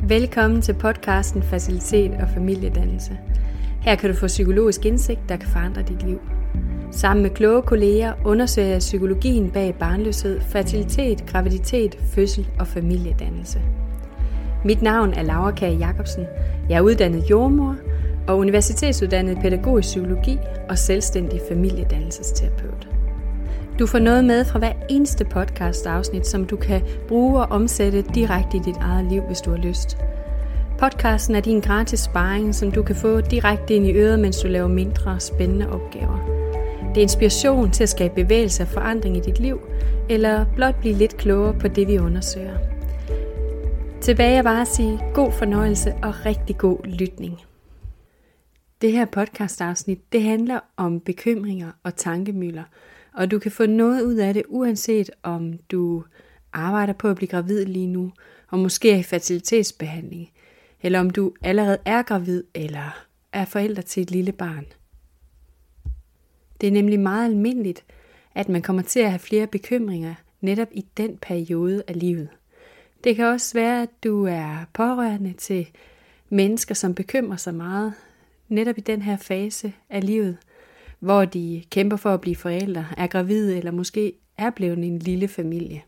Velkommen til podcasten Fertilitet og familiedannelse. Her kan du få psykologisk indsigt, der kan forandre dit liv. Sammen med kloge kolleger undersøger jeg psykologien bag barnløshed, fertilitet, graviditet, fødsel og familiedannelse. Mit navn er Laura Kjær Jacobsen. Jeg er uddannet jordmor og universitetsuddannet pædagogisk psykologi og selvstændig familiedannelsesterapeut. Du får noget med fra hver eneste podcast-afsnit, som du kan bruge og omsætte direkte i dit eget liv, hvis du har lyst. Podcasten er din gratis sparring, som du kan få direkte ind i øret, mens du laver mindre spændende opgaver. Det er inspiration til at skabe bevægelse og forandring i dit liv, eller blot blive lidt klogere på det, vi undersøger. Tilbage er bare at sige god fornøjelse og rigtig god lytning. Det her podcast-afsnit, det handler om bekymringer og tankemylder, og du kan få noget ud af det, uanset om du arbejder på at blive gravid lige nu, og måske er i fertilitetsbehandling, eller om du allerede er gravid, eller er forælder til et lille barn. Det er nemlig meget almindeligt, at man kommer til at have flere bekymringer netop i den periode af livet. Det kan også være, at du er pårørende til mennesker, som bekymrer sig meget, netop i den her fase af livet, hvor de kæmper for at blive forældre, er gravide eller måske er blevet en lille familie.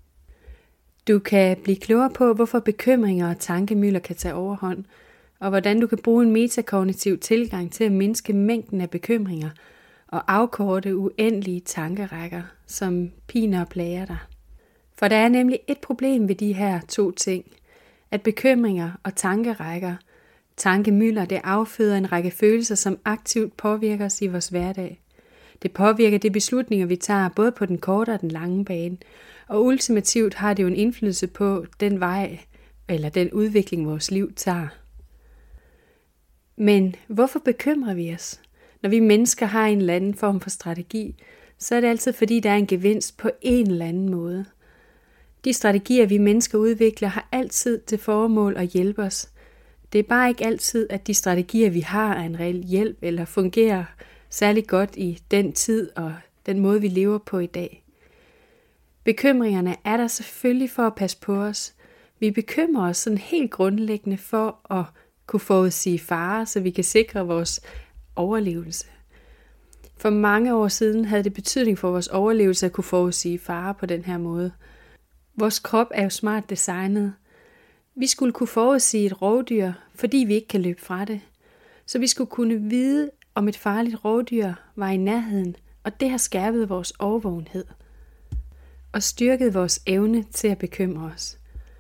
Du kan blive klogere på, hvorfor bekymringer og tankemylder kan tage overhånd, og hvordan du kan bruge en metakognitiv tilgang til at mindske mængden af bekymringer og afkorte uendelige tankerækker, som piner og plager dig. For der er nemlig et problem ved de her to ting, at bekymringer og tankerækker, tankemylder, det afføder en række følelser, som aktivt påvirker os i vores hverdag. Det påvirker de beslutninger, vi tager, både på den korte og den lange bane, og ultimativt har det jo en indflydelse på den vej eller den udvikling, vores liv tager. Men hvorfor bekymrer vi os? Når vi mennesker har en eller anden form for strategi, så er det altid fordi, der er en gevinst på en eller anden måde. De strategier, vi mennesker udvikler, har altid til formål at hjælpe os. Det er bare ikke altid, at de strategier, vi har, er en reel hjælp eller fungerer særlig godt i den tid og den måde, vi lever på i dag. Bekymringerne er der selvfølgelig for at passe på os. Vi bekymrer os sådan helt grundlæggende for at kunne forudsige farer, så vi kan sikre vores overlevelse. For mange år siden havde det betydning for vores overlevelse at kunne forudsige farer på den her måde. Vores krop er jo smart designet. Vi skulle kunne forudsige et rovdyr, fordi vi ikke kan løbe fra det. Så vi skulle kunne vide, om et farligt rovdyr var i nærheden, og det har skærpet vores årvågenhed og styrket vores evne til at bekymre os.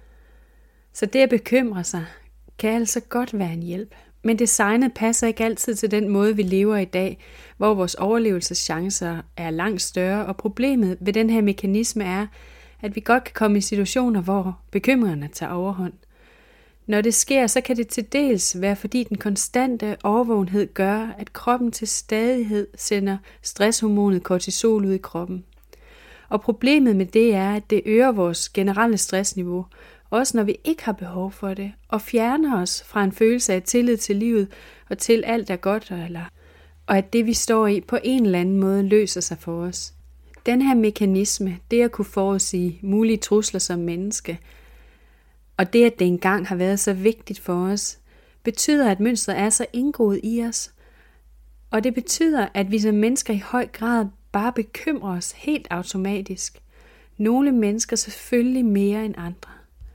Så det at bekymre sig kan altså godt være en hjælp, men designet passer ikke altid til den måde, vi lever i dag, hvor vores overlevelseschancer er langt større, og problemet ved den her mekanisme er, at vi godt kan komme i situationer, hvor bekymringerne tager overhånd. Når det sker, så kan det til dels være, fordi den konstante overvågenhed gør, at kroppen til stadighed sender stresshormonet kortisol ud i kroppen. Og problemet med det er, at det øger vores generelle stressniveau, også når vi ikke har behov for det, og fjerner os fra en følelse af tillid til livet og til alt er godt, og at det vi står i på en eller anden måde løser sig for os. Den her mekanisme, det at kunne forudsige mulige trusler som menneske, og det at det engang har været så vigtigt for os, betyder, at mønstret er så indgroet i os. Og det betyder, at vi som mennesker i høj grad bare bekymrer os helt automatisk. Nogle mennesker selvfølgelig mere end andre.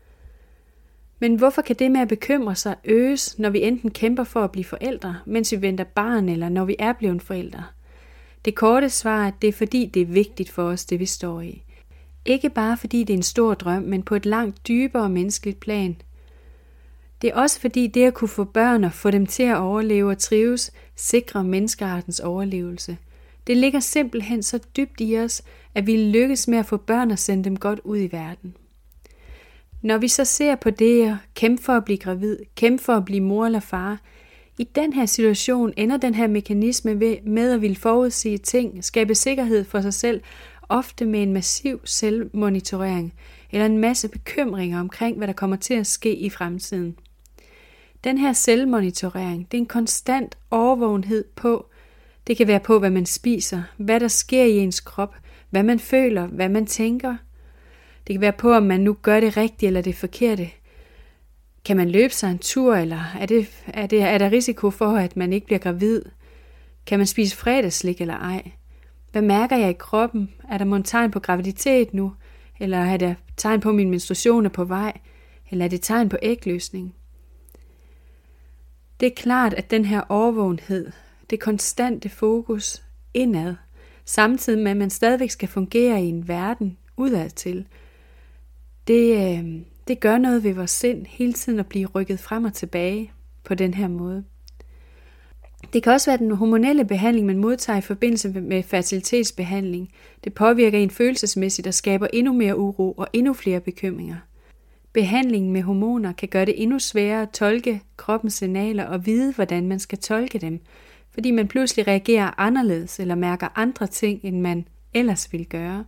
Men hvorfor kan det med at bekymre sig øges, når vi enten kæmper for at blive forældre, mens vi venter barn, eller når vi er blevet forældre? Det korte svar er, at det er fordi, det er vigtigt for os, det vi står i. Ikke bare fordi det er en stor drøm, men på et langt dybere menneskeligt plan. Det er også fordi det at kunne få børn og få dem til at overleve og trives, sikrer menneskeartens overlevelse. Det ligger simpelthen så dybt i os, at vi lykkes med at få børn og sende dem godt ud i verden. Når vi så ser på det at kæmpe for at blive gravid, kæmpe for at blive mor eller far, i den her situation ender den her mekanisme med at ville forudsige ting, skabe sikkerhed for sig selv, ofte med en massiv selvmonitorering eller en masse bekymringer omkring, hvad der kommer til at ske i fremtiden. Den her selvmonitorering, det er en konstant overvågenhed på, det kan være på, hvad man spiser, hvad der sker i ens krop, hvad man føler, hvad man tænker. Det kan være på, om man nu gør det rigtige eller det forkerte. Kan man løbe sig en tur, eller er der risiko for, at man ikke bliver gravid? Kan man spise fredagsslik eller ej? Hvad mærker jeg i kroppen? Er der mon tegn på graviditet nu? Eller er der tegn på, at min menstruation er på vej? Eller er det tegn på ægløsning? Det er klart, at den her overvågenhed, det konstante fokus indad, samtidig med, at man stadigvæk skal fungere i en verden udadtil, det gør noget ved vores sind hele tiden at blive rykket frem og tilbage på den her måde. Det kan også være den hormonelle behandling, man modtager i forbindelse med fertilitetsbehandling. Det påvirker en følelsesmæssigt og skaber endnu mere uro og endnu flere bekymringer. Behandlingen med hormoner kan gøre det endnu sværere at tolke kroppens signaler og vide, hvordan man skal tolke dem, fordi man pludselig reagerer anderledes eller mærker andre ting, end man ellers ville gøre.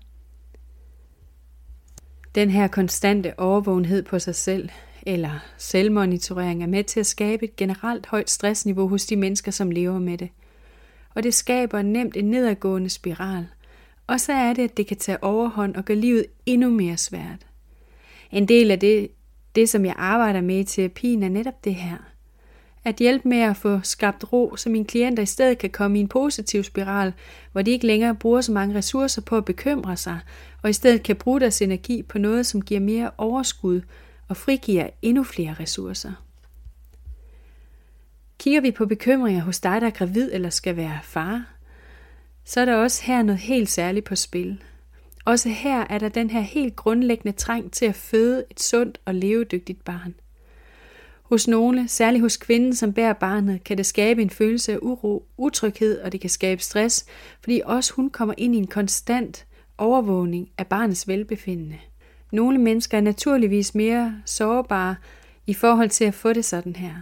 Den her konstante overvågenhed på sig selv, eller selvmonitorering, er med til at skabe et generelt højt stressniveau hos de mennesker, som lever med det. Og det skaber nemt en nedadgående spiral. Og så er det, at det kan tage overhånd og gøre livet endnu mere svært. En del af det, som jeg arbejder med i terapien, er netop det her. At hjælpe med at få skabt ro, så mine klienter i stedet kan komme i en positiv spiral, hvor de ikke længere bruger så mange ressourcer på at bekymre sig, og i stedet kan bruge deres energi på noget, som giver mere overskud og frigiver endnu flere ressourcer. Kigger vi på bekymringer hos dig, der er gravid eller skal være far, så er der også her noget helt særligt på spil. Også her er der den her helt grundlæggende trang til at føde et sundt og levedygtigt barn. Hos nogle, særligt hos kvinden, som bærer barnet, kan det skabe en følelse af uro, utryghed, og det kan skabe stress, fordi også hun kommer ind i en konstant overvågning af barnets velbefindende. Nogle mennesker er naturligvis mere sårbare i forhold til at få det sådan her.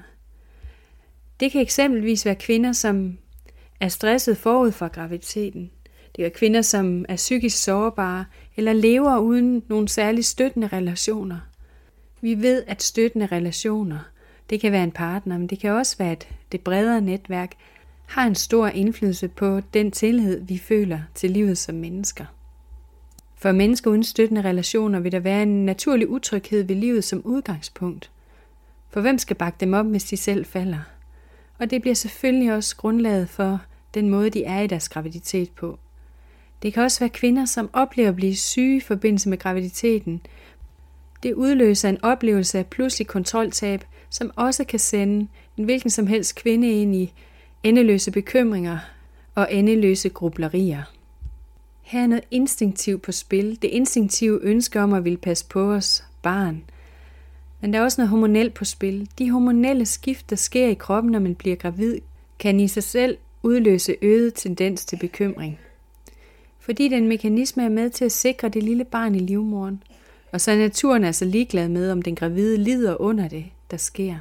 Det kan eksempelvis være kvinder, som er stresset forud for graviditeten. Det er kvinder, som er psykisk sårbare eller lever uden nogle særligt støttende relationer. Vi ved, at støttende relationer, det kan være en partner, men det kan også være det bredere netværk, har en stor indflydelse på den tillid, vi føler til livet som mennesker. For mennesker uden støttende relationer vil der være en naturlig utryghed ved livet som udgangspunkt. For hvem skal bakke dem op, hvis de selv falder? Og det bliver selvfølgelig også grundlaget for den måde, de er i deres graviditet på. Det kan også være kvinder, som oplever at blive syge i forbindelse med graviditeten. Det udløser en oplevelse af pludselig kontroltab, som også kan sende en hvilken som helst kvinde ind i endeløse bekymringer og endeløse grublerier. Her er noget instinktivt på spil. Det instinktive ønske om at ville passe på os barn. Men der er også noget hormonelt på spil. De hormonelle skift, der sker i kroppen, når man bliver gravid, kan i sig selv udløse øget tendens til bekymring. Fordi den mekanisme er med til at sikre det lille barn i livmoderen. Og så er naturen altså ligeglad med, om den gravide lider under det, der sker.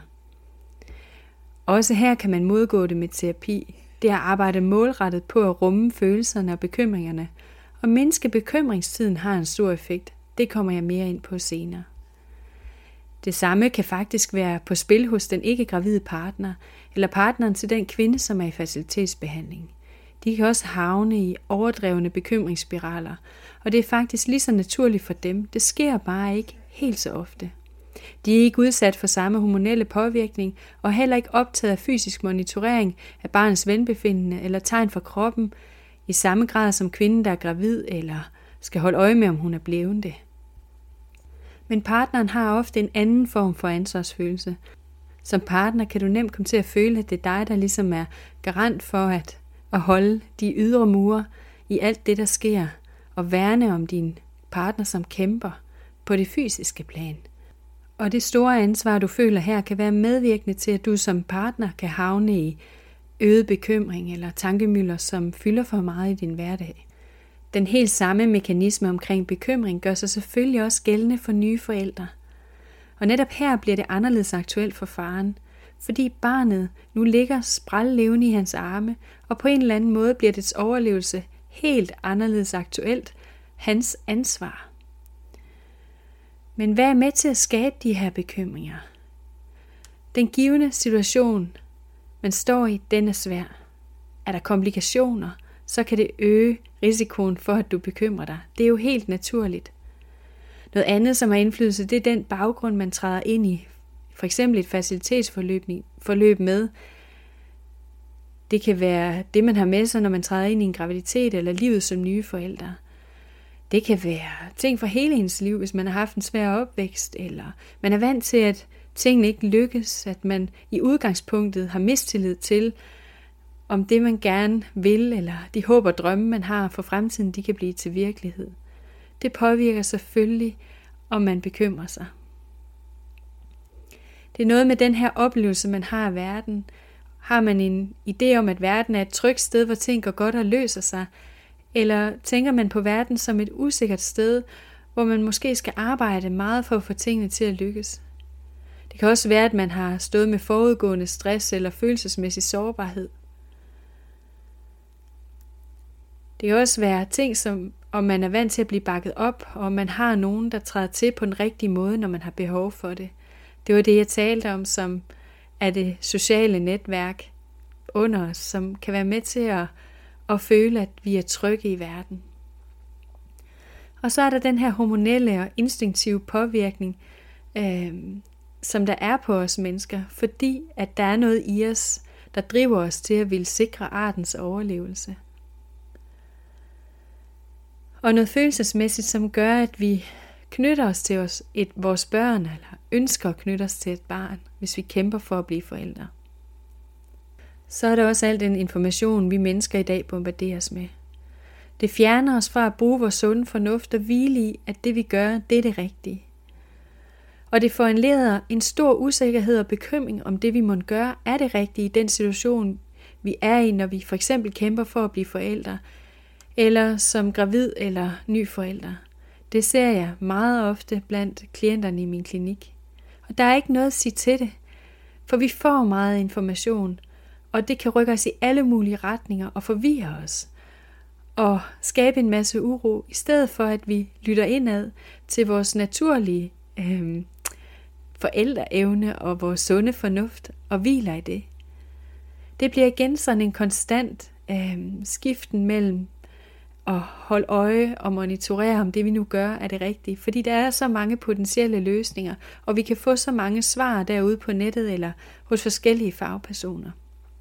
Også her kan man modgå det med terapi. Det er at arbejde målrettet på at rumme følelserne og bekymringerne. Og mindske bekymringstiden har en stor effekt. Det kommer jeg mere ind på senere. Det samme kan faktisk være på spil hos den ikke-gravide partner, eller partneren til den kvinde, som er i fertilitetsbehandling. De kan også havne i overdrevne bekymringsspiraler, og det er faktisk lige så naturligt for dem. Det sker bare ikke helt så ofte. De er ikke udsat for samme hormonelle påvirkning, og heller ikke optaget af fysisk monitorering af barnets velbefindende eller tegn for kroppen, i samme grad som kvinden, der er gravid eller skal holde øje med, om hun er blevet det. Men partneren har ofte en anden form for ansvarsfølelse. Som partner kan du nemt komme til at føle, at det er dig, der ligesom er garant for at holde de ydre mure i alt det, der sker, og værne om din partner, som kæmper på det fysiske plan. Og det store ansvar, du føler her, kan være medvirkende til, at du som partner kan havne i øget bekymring eller tankemylder, som fylder for meget i din hverdag. Den helt samme mekanisme omkring bekymring gør sig selvfølgelig også gældende for nye forældre. Og netop her bliver det anderledes aktuelt for faren, fordi barnet nu ligger sprællevende i hans arme, og på en eller anden måde bliver dets overlevelse helt anderledes aktuelt hans ansvar. Men hvad er med til at skabe de her bekymringer? Den givne situation, man står i, den er svær. Er der komplikationer, så kan det øge risikoen for, at du bekymrer dig. Det er jo helt naturligt. Noget andet, som har indflydelse, det er den baggrund, man træder ind i for eksempel et facilitetsforløb med. Det kan være det, man har med sig, når man træder ind i en graviditet eller livet som nye forældre. Det kan være ting fra hele ens liv, hvis man har haft en svær opvækst, eller man er vant til, at tingene ikke lykkes, at man i udgangspunktet har mistillid til, om det man gerne vil, eller de håb og drømme, man har for fremtiden, de kan blive til virkelighed. Det påvirker selvfølgelig, om man bekymrer sig. Det er noget med den her oplevelse, man har af verden. Har man en idé om, at verden er et trygt sted, hvor ting går godt og løser sig, eller tænker man på verden som et usikkert sted, hvor man måske skal arbejde meget for at få tingene til at lykkes? Det kan også være, at man har stået med forudgående stress eller følelsesmæssig sårbarhed. Det kan også være ting, som om man er vant til at blive bakket op, og om man har nogen, der træder til på den rigtige måde, når man har behov for det. Det var det, jeg talte om, som er det sociale netværk under os, som kan være med til at føle, at vi er trygge i verden. Og så er der den her hormonelle og instinktive påvirkning, som der er på os mennesker, fordi at der er noget i os, der driver os til at ville sikre artens overlevelse. Og noget følelsesmæssigt, som gør, at vi knytter os til vores børn, eller ønsker at knytte os til et barn, hvis vi kæmper for at blive forældre. Så er der også al den information, vi mennesker i dag bombarderes med. Det fjerner os fra at bruge vores sunde fornuft og hvile i, at det vi gør, det er det rigtige. Og det foranleder en stor usikkerhed og bekymring om det vi må gøre, er det rigtige i den situation, vi er i, når vi for eksempel kæmper for at blive forældre, eller som gravid eller ny forælder. Det ser jeg meget ofte blandt klienterne i min klinik. Og der er ikke noget at sige til det, for vi får meget information, og det kan rykke os i alle mulige retninger og forvirre os, og skabe en masse uro, i stedet for at vi lytter indad til vores naturlige forældreevne og vores sunde fornuft og hviler i det. Det bliver igen sådan en konstant skiften mellem at holde øje og monitorere, om det vi nu gør er det rigtige, fordi der er så mange potentielle løsninger, og vi kan få så mange svar derude på nettet eller hos forskellige fagpersoner.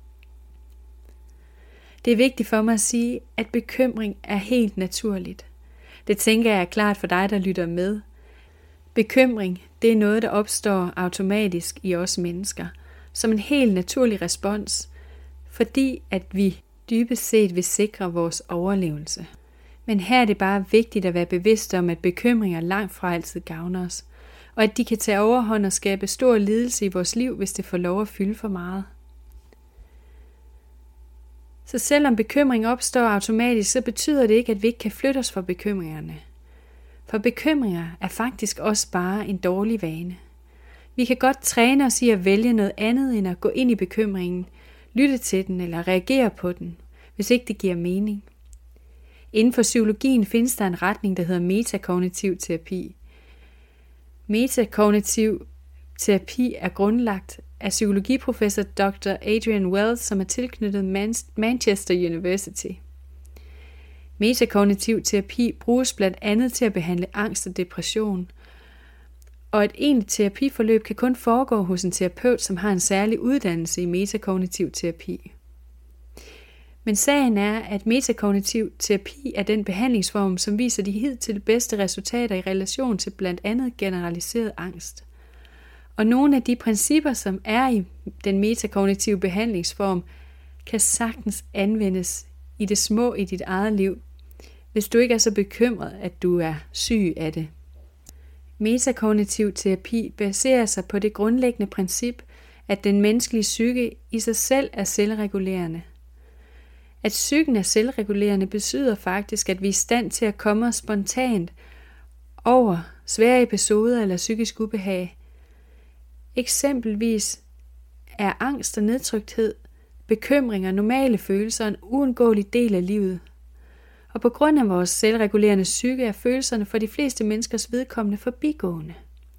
Det er vigtigt for mig at sige, at bekymring er helt naturligt. Det tænker jeg er klart for dig, der lytter med. Bekymring, det er noget, der opstår automatisk i os mennesker, som en helt naturlig respons, fordi at vi dybest set vil sikre vores overlevelse. Men her er det bare vigtigt at være bevidst om, at bekymringer langt fra altid gavner os, og at de kan tage overhånd og skabe stor lidelse i vores liv, hvis det får lov at fylde for meget. Så selvom bekymring opstår automatisk, så betyder det ikke, at vi ikke kan flytte os fra bekymringerne. For bekymringer er faktisk også bare en dårlig vane. Vi kan godt træne os i at vælge noget andet end at gå ind i bekymringen, lytte til den eller reagere på den, hvis ikke det giver mening. Inden for psykologien findes der en retning, der hedder metakognitiv terapi. Metakognitiv terapi er grundlagt af psykologiprofessor Dr. Adrian Wells, som er tilknyttet Manchester University. Metakognitiv terapi bruges blandt andet til at behandle angst og depression, og et egentligt terapiforløb kan kun foregå hos en terapeut, som har en særlig uddannelse i metakognitiv terapi. Men sagen er, at metakognitiv terapi er den behandlingsform, som viser de hidtil bedste resultater i relation til blandt andet generaliseret angst. Og nogle af de principper, som er i den metakognitive behandlingsform, kan sagtens anvendes i det små i dit eget liv, hvis du ikke er så bekymret, at du er syg af det. Metakognitiv terapi baserer sig på det grundlæggende princip, at den menneskelige psyke i sig selv er selvregulerende. At psyken er selvregulerende betyder faktisk, at vi er i stand til at komme spontant over svære episoder eller psykisk ubehag. Eksempelvis er angst og nedtrykthed, bekymringer, normale følelser en uundgåelig del af livet. Og på grund af vores selvregulerende psyke er følelserne for de fleste menneskers vedkommende forbigående.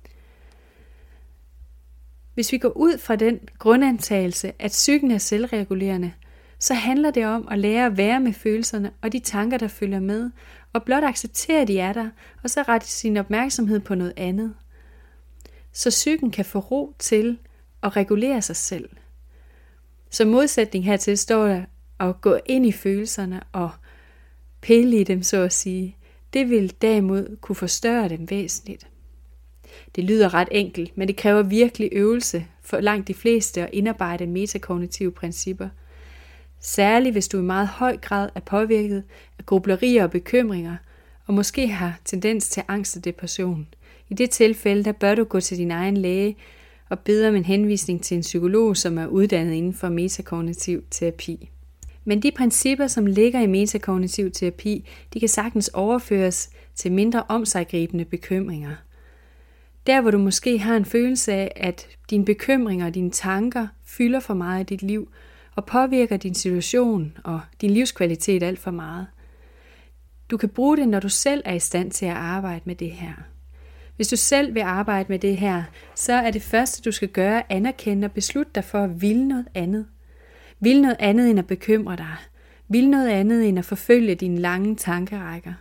Hvis vi går ud fra den grundantagelse, at psyken er selvregulerende, så handler det om at lære at være med følelserne og de tanker, der følger med, og blot acceptere, at de er der, og så rette sin opmærksomhed på noget andet. så psyken kan få ro til at regulere sig selv. Som modsætning hertil står der at gå ind i følelserne og pille i dem, så at sige. Det vil derimod kunne forstørre dem væsentligt. Det lyder ret enkelt, men det kræver virkelig øvelse for langt de fleste at indarbejde metakognitive principper. Særligt hvis du i meget høj grad er påvirket af grublerier og bekymringer, og måske har tendens til angst og depression. I det tilfælde, der bør du gå til din egen læge og bede om en henvisning til en psykolog, som er uddannet inden for metakognitiv terapi. Men de principper, som ligger i metakognitiv terapi, de kan sagtens overføres til mindre omsiggribende bekymringer. Der, hvor du måske har en følelse af, at dine bekymringer og dine tanker fylder for meget i dit liv og påvirker din situation og din livskvalitet alt for meget. Du kan bruge det, når du selv er i stand til at arbejde med det her. Hvis du selv vil arbejde med det her, så er det første, du skal gøre, anerkende og beslutte dig for at ville noget andet. Vil noget andet end at bekymre dig. Vil noget andet end at forfølge dine lange tankerækker.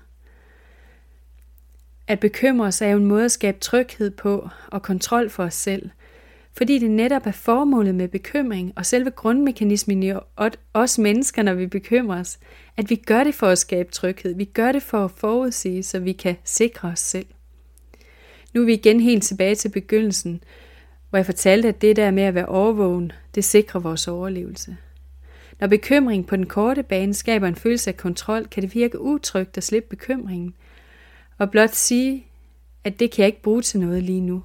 At bekymre os er jo en måde at skabe tryghed på og kontrol for os selv. Fordi det netop er formålet med bekymring og selve grundmekanismen i os mennesker, når vi bekymrer os, at vi gør det for at skabe tryghed. Vi gør det for at forudsige, så vi kan sikre os selv. Nu er vi igen helt tilbage til begyndelsen, hvor jeg fortalte, at det der med at være overvågen, det sikrer vores overlevelse. Når bekymring på den korte bane skaber en følelse af kontrol, kan det virke utrygt at slippe bekymringen, og blot sige, at det kan jeg ikke bruge til noget lige nu.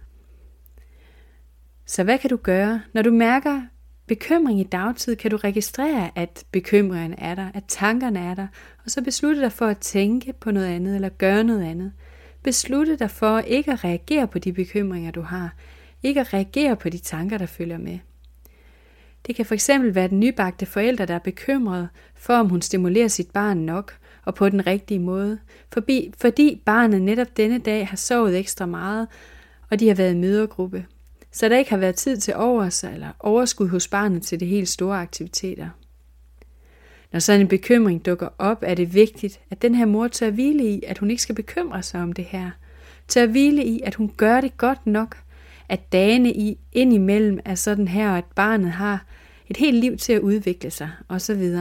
Så hvad kan du gøre? Når du mærker bekymring i dagtid, kan du registrere, at bekymringen er der, at tankerne er der, og så beslutte dig for at tænke på noget andet eller gøre noget andet. Beslutte dig for ikke at reagere på de bekymringer, du har. Ikke at reagere på de tanker, der følger med. Det kan fx være den nybagte forælder, der er bekymret for, om hun stimulerer sit barn nok og på den rigtige måde. Fordi barnet netop denne dag har sovet ekstra meget, og de har været i mødergruppe. Så der ikke har været tid til overs eller overskud hos barnet til de helt store aktiviteter. Når sådan en bekymring dukker op, er det vigtigt, at den her mor tør hvile i, at hun ikke skal bekymre sig om det her. Tør hvile i, at hun gør det godt nok, at dagene indimellem er sådan her, og at barnet har et helt liv til at udvikle sig, osv.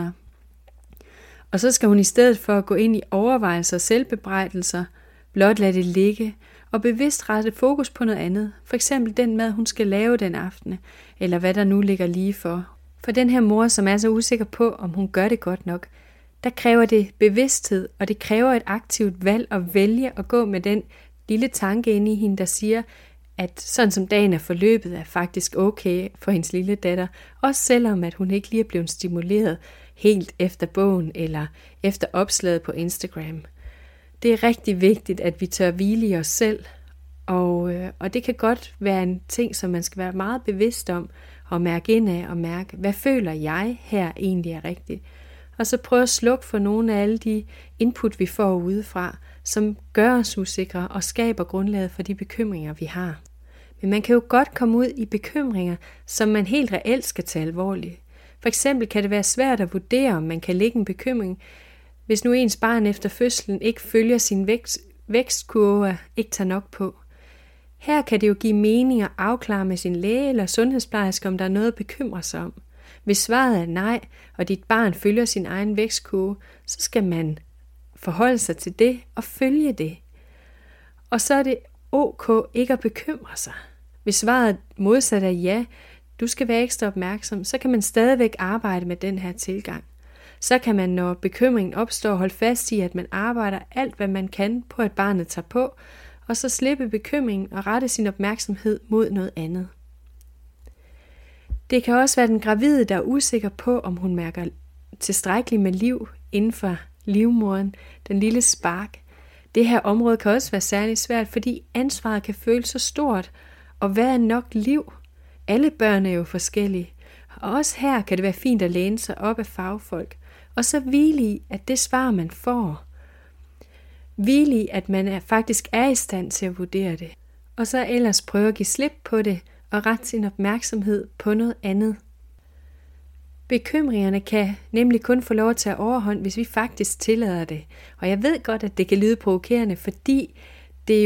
Og så skal hun i stedet for at gå ind i overvejelser og selvbebrejdelser, blot lade det ligge, og bevidst rette fokus på noget andet. For eksempel den mad, hun skal lave den aften, eller hvad der nu ligger lige for. For den her mor, som er så usikker på, om hun gør det godt nok, der kræver det bevidsthed, og det kræver et aktivt valg at vælge at gå med den lille tanke inde i hende, der siger, at sådan som dagen er forløbet, er faktisk okay for hendes lille datter, også selvom at hun ikke lige er blevet stimuleret helt efter bogen eller efter opslaget på Instagram. Det er rigtig vigtigt, at vi tør hvile i os selv, og det kan godt være en ting, som man skal være meget bevidst om, og mærke ind af og mærke, hvad føler jeg her egentlig er rigtigt. Og så prøve at slukke for nogle af alle de input, vi får udefra, som gør os usikre og skaber grundlaget for de bekymringer, vi har. Men man kan jo godt komme ud i bekymringer, som man helt reelt skal tage alvorligt. For eksempel kan det være svært at vurdere, om man kan lægge en bekymring, hvis nu ens barn efter fødslen ikke følger sin vækstkurve, ikke tager nok på. Her kan det jo give mening at afklare med sin læge eller sundhedsplejerske, om der er noget at bekymre sig om. Hvis svaret er nej, og dit barn følger sin egen vækstkurve, så skal man forholde sig til det og følge det. Og så er det ok ikke at bekymre sig. Hvis svaret modsat er ja, du skal være ekstra opmærksom, så kan man stadigvæk arbejde med den her tilgang. Så kan man, når bekymringen opstår, holde fast i, at man arbejder alt, hvad man kan på, at barnet tager på, og så slippe bekymringen og rette sin opmærksomhed mod noget andet. Det kan også være den gravide, der er usikker på, om hun mærker tilstrækkeligt med liv inden for livmoderen, den lille spark. Det her område kan også være særligt svært, fordi ansvaret kan føles så stort, og hvad er nok liv? Alle børn er jo forskellige, og også her kan det være fint at læne sig op af fagfolk, og så hvile i, at det svar, man får, hvile i, at man faktisk er i stand til at vurdere det, og så ellers prøve at give slip på det, og rette sin opmærksomhed på noget andet. Bekymringerne kan nemlig kun få lov til at overhånd, hvis vi faktisk tillader det. Og jeg ved godt, at det kan lyde provokerende, fordi det jo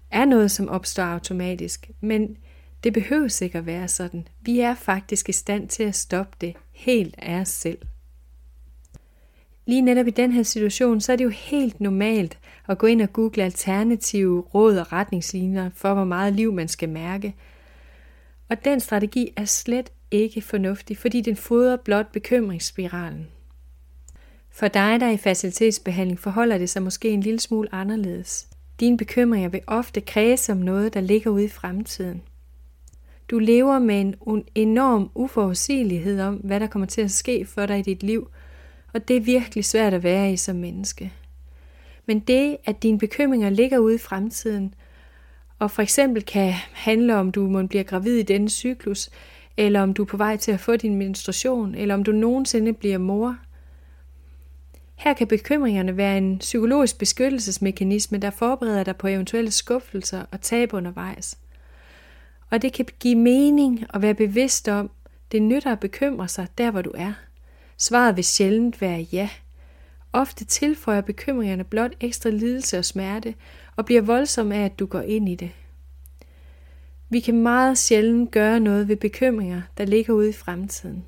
er noget, som opstår automatisk, men det behøver ikke at være sådan. Vi er faktisk i stand til at stoppe det helt af os selv. Lige netop i den her situation, så er det jo helt normalt at gå ind og google alternative råd og retningslinjer for, hvor meget liv man skal mærke. Og den strategi er slet ikke fornuftig, fordi den fodrer blot bekymringsspiralen. For dig, der er i facilitetsbehandling, forholder det sig måske en lille smule anderledes. Dine bekymringer vil ofte kredse om noget, der ligger ude i fremtiden. Du lever med en enorm uforudsigelighed om, hvad der kommer til at ske for dig i dit liv, og det er virkelig svært at være i som menneske. Men det, at dine bekymringer ligger ude i fremtiden, og for eksempel kan handle om, du må blive gravid i denne cyklus, eller om du er på vej til at få din menstruation, eller om du nogensinde bliver mor. Her kan bekymringerne være en psykologisk beskyttelsesmekanisme, der forbereder dig på eventuelle skuffelser og tab undervejs. Og det kan give mening at være bevidst om, det nytter at bekymre sig der, hvor du er. Svaret vil sjældent være ja. Ofte tilføjer bekymringerne blot ekstra lidelse og smerte, og bliver voldsomme af, at du går ind i det. Vi kan meget sjældent gøre noget ved bekymringer, der ligger ude i fremtiden.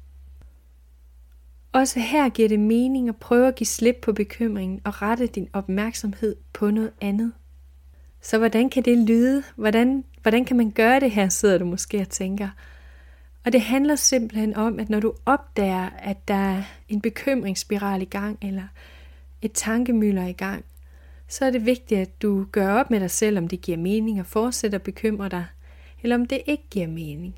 Også her giver det mening at prøve at give slip på bekymringen og rette din opmærksomhed på noget andet. Så hvordan kan det lyde? Hvordan kan man gøre det her, sidder du måske og tænker. Og det handler simpelthen om, at når du opdager, at der er en bekymringsspiral i gang, eller et tankemylder i gang, så er det vigtigt, at du gør op med dig selv, om det giver mening at fortsætte at bekymre dig, eller om det ikke giver mening.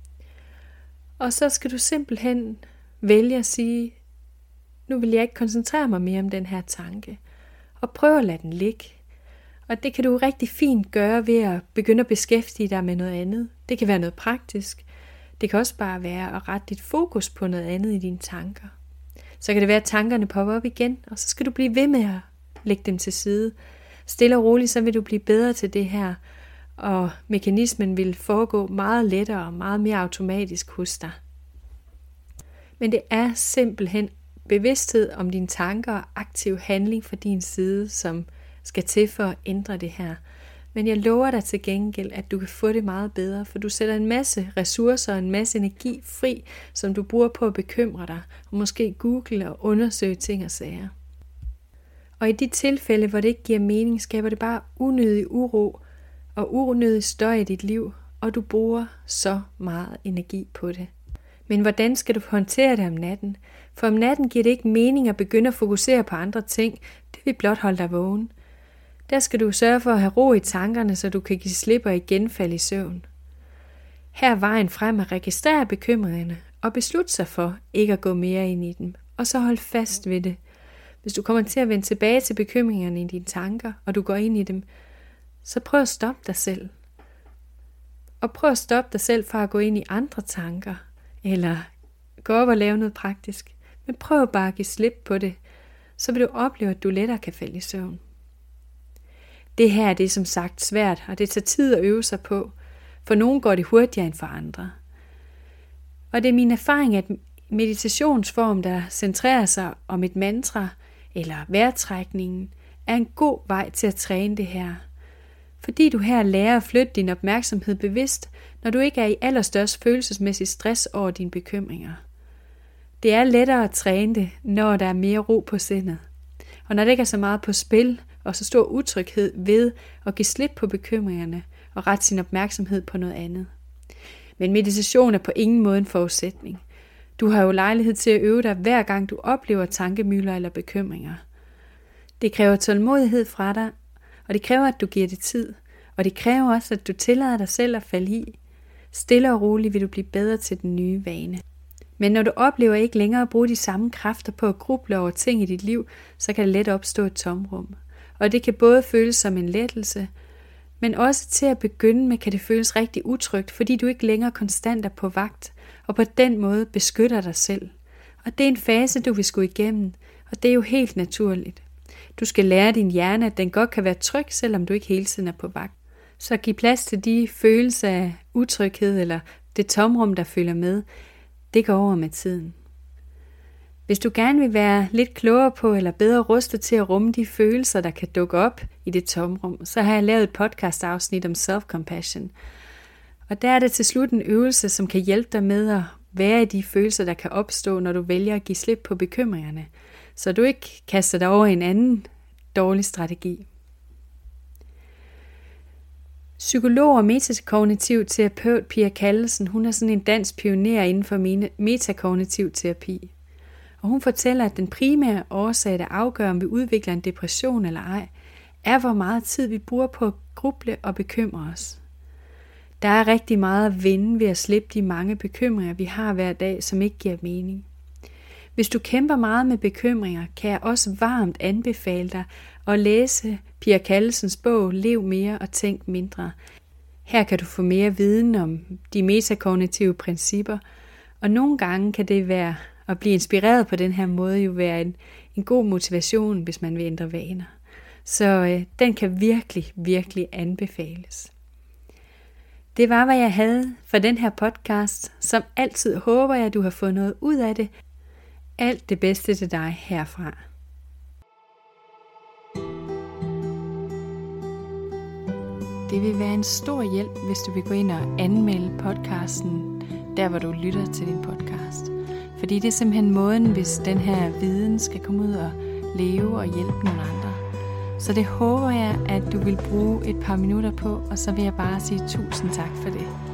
Og så skal du simpelthen vælge at sige, nu vil jeg ikke koncentrere mig mere om den her tanke, og prøve at lade den ligge. Og det kan du rigtig fint gøre ved at begynde at beskæftige dig med noget andet. Det kan være noget praktisk. Det kan også bare være at rette dit fokus på noget andet i dine tanker. Så kan det være, at tankerne popper op igen, og så skal du blive ved med at lægge dem til side. Stille og roligt, så vil du blive bedre til det her, og mekanismen vil foregå meget lettere og meget mere automatisk hos dig. Men det er simpelthen bevidsthed om dine tanker og aktiv handling fra din side, som skal til for at ændre det her. Men jeg lover dig til gengæld, at du kan få det meget bedre, for du sætter en masse ressourcer og en masse energi fri, som du bruger på at bekymre dig, og måske google og undersøge ting og sager. Og i de tilfælde, hvor det ikke giver mening, skaber det bare unødig uro og unødig støj i dit liv, og du bruger så meget energi på det. Men hvordan skal du håndtere det om natten? For om natten giver det ikke mening at begynde at fokusere på andre ting, det vil blot holde dig vågen. Der skal du sørge for at have ro i tankerne, så du kan give slip og igen falde i søvn. Her er vejen frem at registrere bekymringerne og beslutte sig for ikke at gå mere ind i dem, og så hold fast ved det. Hvis du kommer til at vende tilbage til bekymringerne i dine tanker, og du går ind i dem, så prøv at stoppe dig selv. Og prøv at stoppe dig selv fra at gå ind i andre tanker, eller gå op og lave noget praktisk. Men prøv bare at give slip på det, så vil du opleve, at du lettere kan falde i søvn. Det her det er som sagt svært, og det tager tid at øve sig på. For nogen går det hurtigere end for andre. Og det er min erfaring, at meditationsform, der centrerer sig om et mantra eller vejrtrækningen, er en god vej til at træne det her. Fordi du her lærer at flytte din opmærksomhed bevidst, når du ikke er i allerstørst følelsesmæssig stress over dine bekymringer. Det er lettere at træne det, når der er mere ro på sindet. Og når der ikke er så meget på spil, og så stor utryghed ved at give slip på bekymringerne og rette sin opmærksomhed på noget andet. Men meditation er på ingen måde en forudsætning. Du har jo lejlighed til at øve dig hver gang du oplever tankemylder eller bekymringer. Det kræver tålmodighed fra dig, og det kræver, at du giver det tid. Og det kræver også, at du tillader dig selv at falde i. Stille og roligt vil du blive bedre til den nye vane. Men når du oplever ikke længere at bruge de samme kræfter på at gruble over ting i dit liv, så kan det let opstå et tomrum. Og det kan både føles som en lettelse, men også til at begynde med kan det føles rigtig utrygt, fordi du ikke længere konstant er på vagt, og på den måde beskytter dig selv. Og det er en fase, du vil skulle igennem, og det er jo helt naturligt. Du skal lære din hjerne, at den godt kan være tryg, selvom du ikke hele tiden er på vagt. Så giv plads til de følelser af utryghed eller det tomrum, der følger med. Det går over med tiden. Hvis du gerne vil være lidt klogere på eller bedre rustet til at rumme de følelser, der kan dukke op i det tomrum, så har jeg lavet et podcast-afsnit om self-compassion. Og der er det til slut en øvelse, som kan hjælpe dig med at være i de følelser, der kan opstå, når du vælger at give slip på bekymringerne, så du ikke kaster dig over en anden dårlig strategi. Psykolog og metakognitiv terapeut Pia Callesen, hun er sådan en dansk pioner inden for metakognitiv terapi. Og hun fortæller, at den primære årsag, der afgør, om vi udvikler en depression eller ej, er, hvor meget tid vi bruger på at gruble og bekymre os. Der er rigtig meget at vinde ved at slippe de mange bekymringer, vi har hver dag, som ikke giver mening. Hvis du kæmper meget med bekymringer, kan jeg også varmt anbefale dig at læse Pia Callesens bog Lev mere og tænk mindre. Her kan du få mere viden om de metakognitive principper, og nogle gange kan det være at blive inspireret på den her måde jo være en god motivation, hvis man vil ændre vaner. Så den kan virkelig, virkelig anbefales. Det var, hvad jeg havde for den her podcast. Som altid håber jeg, at du har fået noget ud af det. Alt det bedste til dig herfra. Det vil være en stor hjælp, hvis du vil gå ind og anmelde podcasten, der hvor du lytter til din podcast. Fordi det er simpelthen måden, hvis den her viden skal komme ud og leve og hjælpe nogle andre. Så det håber jeg, at du vil bruge et par minutter på, og så vil jeg bare sige tusind tak for det.